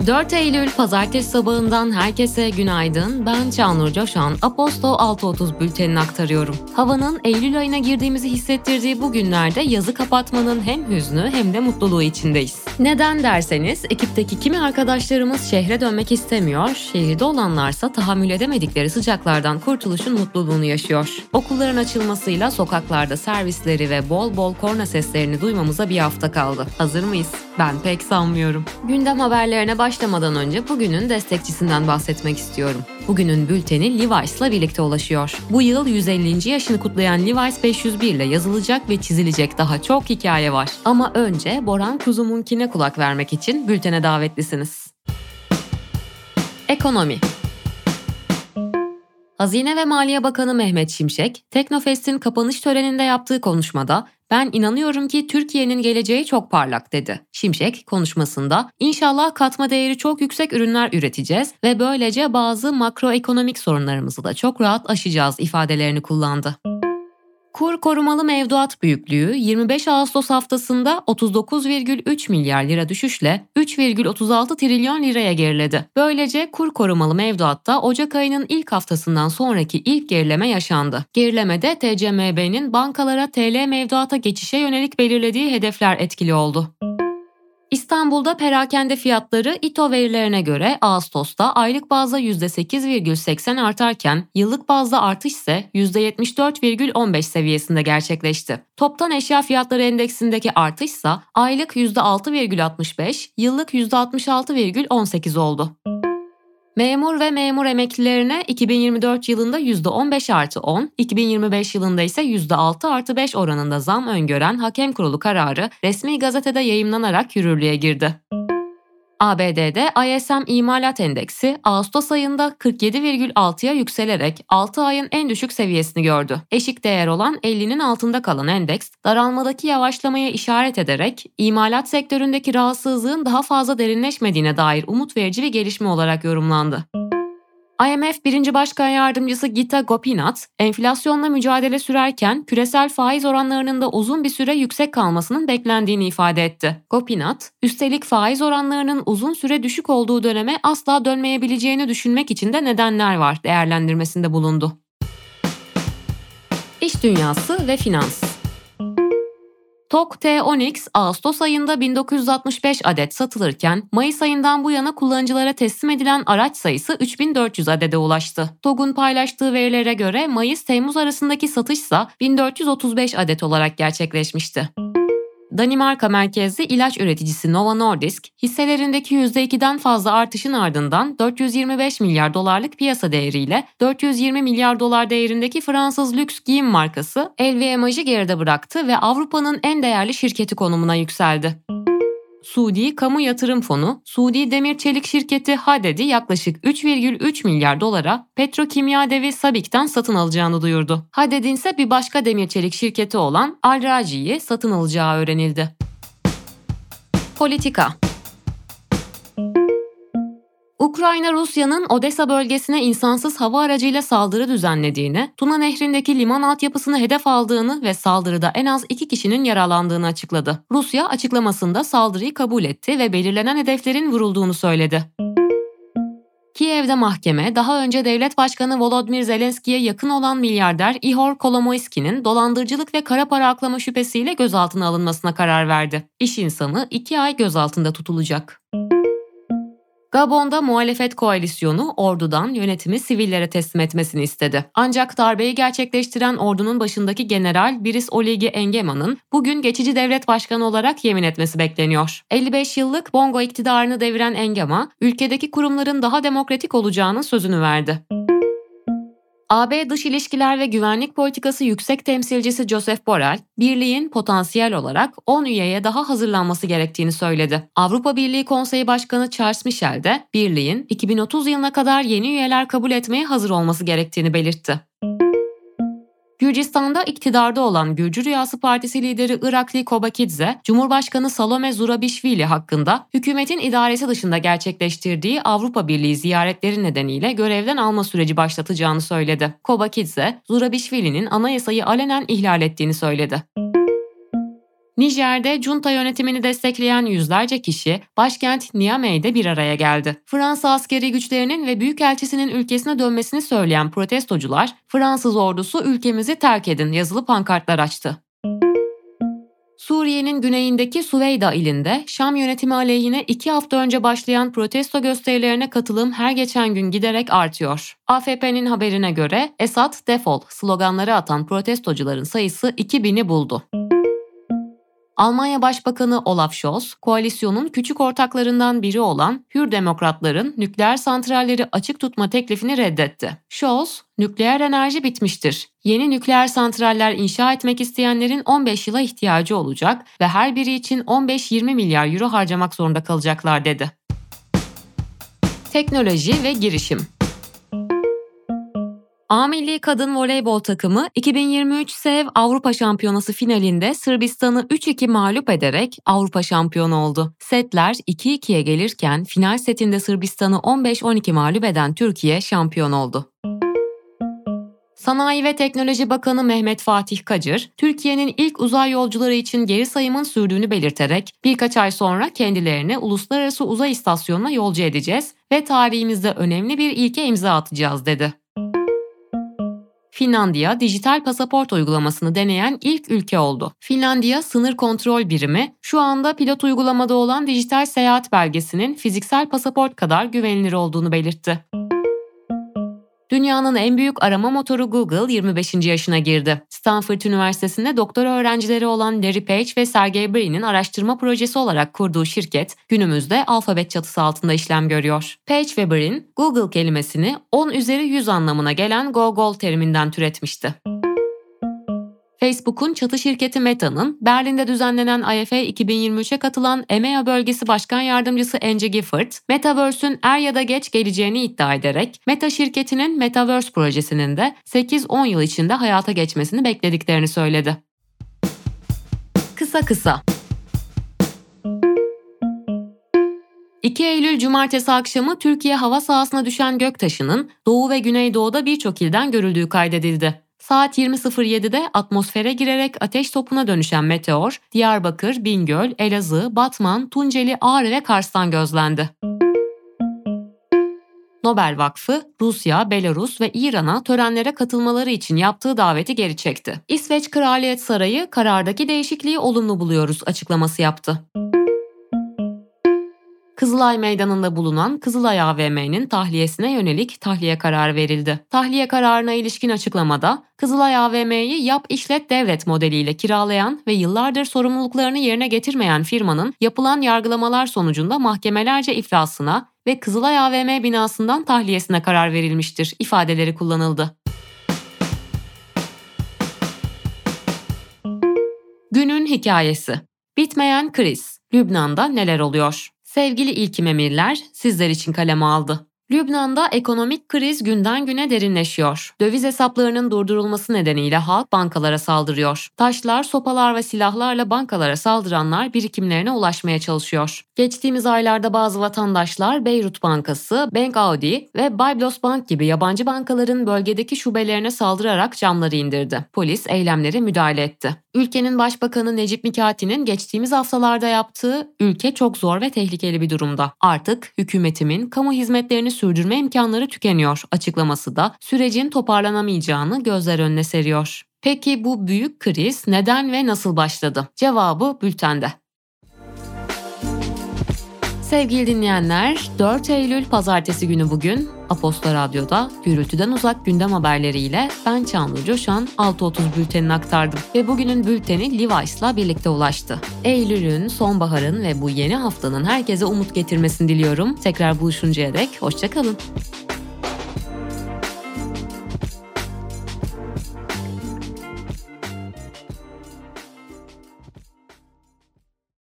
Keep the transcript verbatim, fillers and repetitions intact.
dört Eylül Pazartesi sabahından herkese günaydın. Ben Çağnur Coşan, Aposto altı otuz bültenini aktarıyorum. Havanın Eylül ayına girdiğimizi hissettirdiği bu günlerde yazı kapatmanın hem hüznü hem de mutluluğu içindeyiz. Neden derseniz, ekipteki kimi arkadaşlarımız şehre dönmek istemiyor, şehirde olanlarsa tahammül edemedikleri sıcaklardan kurtuluşun mutluluğunu yaşıyor. Okulların açılmasıyla sokaklarda servisleri ve bol bol korna seslerini duymamıza bir hafta kaldı. Hazır mıyız? Ben pek sanmıyorum. Gündem haberlerine başlamadan önce bugünün destekçisinden bahsetmek istiyorum. Bugünün bülteni Levi's'la birlikte ulaşıyor. Bu yıl yüz ellinci yaşını kutlayan Levi's beş yüz bir ile yazılacak ve çizilecek daha çok hikaye var. Ama önce Boran Kuzum'unkine kulak vermek için bültene davetlisiniz. Ekonomi. Hazine ve Maliye Bakanı Mehmet Şimşek, Teknofest'in kapanış töreninde yaptığı konuşmada "Ben inanıyorum ki Türkiye'nin geleceği çok parlak" dedi. Şimşek konuşmasında "İnşallah katma değeri çok yüksek ürünler üreteceğiz ve böylece bazı makroekonomik sorunlarımızı da çok rahat aşacağız" ifadelerini kullandı. Kur korumalı mevduat büyüklüğü yirmi beş Ağustos haftasında otuz dokuz virgül üç milyar lira düşüşle üç virgül otuz altı trilyon liraya geriledi. Böylece kur korumalı mevduatta Ocak ayının ilk haftasından sonraki ilk gerileme yaşandı. Gerilemede T C M B'nin bankalara T L mevduata geçişe yönelik belirlediği hedefler etkili oldu. İstanbul'da perakende fiyatları İTO verilerine göre Ağustos'ta aylık bazda yüzde sekiz virgül seksen artarken yıllık bazda artış ise yüzde yetmiş dört virgül on beş seviyesinde gerçekleşti. Toptan eşya fiyatları endeksindeki artış ise aylık yüzde altı virgül altmış beş, yıllık yüzde altmış altı virgül on sekiz oldu. Memur ve memur emeklilerine iki bin yirmi dört yılında yüzde on beş artı on, iki bin yirmi beş yılında ise yüzde altı artı beş oranında zam öngören Hakem Kurulu kararı resmi gazetede yayımlanarak yürürlüğe girdi. A B D'de I S M İmalat Endeksi Ağustos ayında kırk yedi virgül altıya yükselerek altı ayın en düşük seviyesini gördü. Eşik değer olan ellinin altında kalan endeks daralmadaki yavaşlamaya işaret ederek imalat sektöründeki rahatsızlığın daha fazla derinleşmediğine dair umut verici bir gelişme olarak yorumlandı. I M F birinci Başkan Yardımcısı Gita Gopinath, enflasyonla mücadele sürerken küresel faiz oranlarının da uzun bir süre yüksek kalmasının beklendiğini ifade etti. Gopinath, üstelik faiz oranlarının uzun süre düşük olduğu döneme asla dönmeyebileceğini düşünmek için de nedenler var değerlendirmesinde bulundu. İş dünyası ve finans. T O G T on X Ağustos ayında bin dokuz yüz altmış beş adet satılırken Mayıs ayından bu yana kullanıcılara teslim edilen araç sayısı üç bin dört yüz adede ulaştı. T O G'un paylaştığı verilere göre Mayıs-Temmuz arasındaki satış ise bin dört yüz otuz beş adet olarak gerçekleşmişti. Danimarka merkezli ilaç üreticisi Novo Nordisk, hisselerindeki yüzde ikiden fazla artışın ardından dört yüz yirmi beş milyar dolarlık piyasa değeriyle dört yüz yirmi milyar dolar değerindeki Fransız lüks giyim markası L V M H'ı geride bıraktı ve Avrupa'nın en değerli şirketi konumuna yükseldi. Suudi Kamu Yatırım Fonu, Suudi Demir Çelik şirketi Haded'i yaklaşık üç virgül üç milyar dolara petrokimya devi Sabik'ten satın alacağını duyurdu. Haded'in ise bir başka demir çelik şirketi olan Al-Raji'yi satın alacağı öğrenildi. Politika. Ukrayna, Rusya'nın Odessa bölgesine insansız hava aracıyla saldırı düzenlediğini, Tuna Nehri'ndeki liman altyapısını hedef aldığını ve saldırıda en az iki kişinin yaralandığını açıkladı. Rusya açıklamasında saldırıyı kabul etti ve belirlenen hedeflerin vurulduğunu söyledi. Kiev'de mahkeme, daha önce devlet başkanı Volodymyr Zelenski'ye yakın olan milyarder Ihor Kolomoisky'nin dolandırıcılık ve kara para aklama şüphesiyle gözaltına alınmasına karar verdi. İş insanı iki ay gözaltında tutulacak. Gabon'da muhalefet koalisyonu ordudan yönetimi sivillere teslim etmesini istedi. Ancak darbeyi gerçekleştiren ordunun başındaki General Brice Oligui Nguema'nın bugün geçici devlet başkanı olarak yemin etmesi bekleniyor. elli beş yıllık Bongo iktidarını deviren Nguema, ülkedeki kurumların daha demokratik olacağının sözünü verdi. A B Dış İlişkiler ve Güvenlik Politikası Yüksek Temsilcisi Josep Borrell, birliğin potansiyel olarak on üyeye daha hazırlanması gerektiğini söyledi. Avrupa Birliği Konseyi Başkanı Charles Michel de birliğin iki bin otuz yılına kadar yeni üyeler kabul etmeye hazır olması gerektiğini belirtti. Gürcistan'da iktidarda olan Gürcü Rüyası Partisi lideri Irakli Kobakidze, Cumhurbaşkanı Salome Zurabishvili hakkında hükümetin idaresi dışında gerçekleştirdiği Avrupa Birliği ziyaretleri nedeniyle görevden alma süreci başlatacağını söyledi. Kobakidze, Zurabishvili'nin anayasayı alenen ihlal ettiğini söyledi. Nijer'de junta yönetimini destekleyen yüzlerce kişi başkent Niamey'de bir araya geldi. Fransa askeri güçlerinin ve büyükelçisinin ülkesine dönmesini söyleyen protestocular, "Fransız ordusu ülkemizi terk edin" yazılı pankartlar açtı. Suriye'nin güneyindeki Süveyda ilinde Şam yönetimi aleyhine iki hafta önce başlayan protesto gösterilerine katılım her geçen gün giderek artıyor. A F P'nin haberine göre "Esad defol" sloganları atan protestocuların sayısı iki bini buldu. Almanya Başbakanı Olaf Scholz, koalisyonun küçük ortaklarından biri olan Hür Demokratların nükleer santralleri açık tutma teklifini reddetti. Scholz, "Nükleer enerji bitmiştir. Yeni nükleer santraller inşa etmek isteyenlerin on beş yıla ihtiyacı olacak ve her biri için on beş yirmi milyar euro harcamak zorunda kalacaklar" dedi. Teknoloji ve girişim. A Milli Kadın Voleybol takımı iki bin yirmi üç SEV Avrupa Şampiyonası finalinde Sırbistan'ı üç iki mağlup ederek Avrupa şampiyonu oldu. Setler iki ikiye gelirken final setinde Sırbistan'ı on beş on iki mağlup eden Türkiye şampiyon oldu. Sanayi ve Teknoloji Bakanı Mehmet Fatih Kacır, Türkiye'nin ilk uzay yolcuları için geri sayımın sürdüğünü belirterek birkaç ay sonra kendilerini Uluslararası Uzay İstasyonu'na yolcu edeceğiz ve tarihimizde önemli bir ilke imza atacağız dedi. Finlandiya, dijital pasaport uygulamasını deneyen ilk ülke oldu. Finlandiya Sınır Kontrol Birimi, şu anda pilot uygulamada olan dijital seyahat belgesinin fiziksel pasaport kadar güvenilir olduğunu belirtti. Dünyanın en büyük arama motoru Google yirmi beşinci yaşına girdi. Stanford Üniversitesi'nde doktora öğrencileri olan Larry Page ve Sergey Brin'in araştırma projesi olarak kurduğu şirket, günümüzde Alphabet çatısı altında işlem görüyor. Page ve Brin, Google kelimesini on üzeri yüz anlamına gelen Gogol teriminden türetmişti. Facebook'un çatı şirketi Meta'nın Berlin'de düzenlenen I F A iki bin yirmi üçe katılan E M E A Bölgesi Başkan Yardımcısı Angie Gifford, Metaverse'ün er ya da geç geleceğini iddia ederek Meta şirketinin Metaverse projesinin de sekiz on yıl içinde hayata geçmesini beklediklerini söyledi. Kısa kısa. iki Eylül Cumartesi akşamı Türkiye hava sahasına düşen göktaşının Doğu ve Güneydoğu'da birçok ilden görüldüğü kaydedildi. Saat yirmi sıfır yedide atmosfere girerek ateş topuna dönüşen meteor, Diyarbakır, Bingöl, Elazığ, Batman, Tunceli, Ağrı ve Kars'tan gözlendi. Nobel Vakfı, Rusya, Belarus ve İran'a törenlere katılmaları için yaptığı daveti geri çekti. İsveç Kraliyet Sarayı, karardaki değişikliği olumlu buluyoruz açıklaması yaptı. Kızılay Meydanı'nda bulunan Kızılay A V M'nin tahliyesine yönelik tahliye kararı verildi. Tahliye kararına ilişkin açıklamada, Kızılay A V M'yi yap işlet devret modeliyle kiralayan ve yıllardır sorumluluklarını yerine getirmeyen firmanın yapılan yargılamalar sonucunda mahkemelerce iflasına ve Kızılay A V M binasından tahliyesine karar verilmiştir ifadeleri kullanıldı. Günün hikayesi. Bitmeyen kriz. Lübnan'da neler oluyor? Sevgili İlkim Emirler, sizler için kaleme aldı. Lübnan'da ekonomik kriz günden güne derinleşiyor. Döviz hesaplarının durdurulması nedeniyle halk bankalara saldırıyor. Taşlar, sopalar ve silahlarla bankalara saldıranlar birikimlerine ulaşmaya çalışıyor. Geçtiğimiz aylarda bazı vatandaşlar Beyrut Bankası, Bank Audi ve Byblos Bank gibi yabancı bankaların bölgedeki şubelerine saldırarak camları indirdi. Polis eylemlere müdahale etti. Ülkenin Başbakanı Necip Mikati'nin geçtiğimiz haftalarda yaptığı "Ülke çok zor ve tehlikeli bir durumda. Artık hükümetimin kamu hizmetlerini sürdürme imkanları tükeniyor" açıklaması da sürecin toparlanamayacağını gözler önüne seriyor. Peki bu büyük kriz neden ve nasıl başladı? Cevabı bültende. Sevgili dinleyenler, dört Eylül Pazartesi günü bugün Aposto Radyo'da gürültüden uzak gündem haberleriyle ben Çağnur Coşan altı otuz bültenini aktardım ve bugünün bülteni Levi's'la birlikte ulaştı. Eylül'ün, sonbaharın ve bu yeni haftanın herkese umut getirmesini diliyorum. Tekrar buluşuncaya dek hoşça kalın.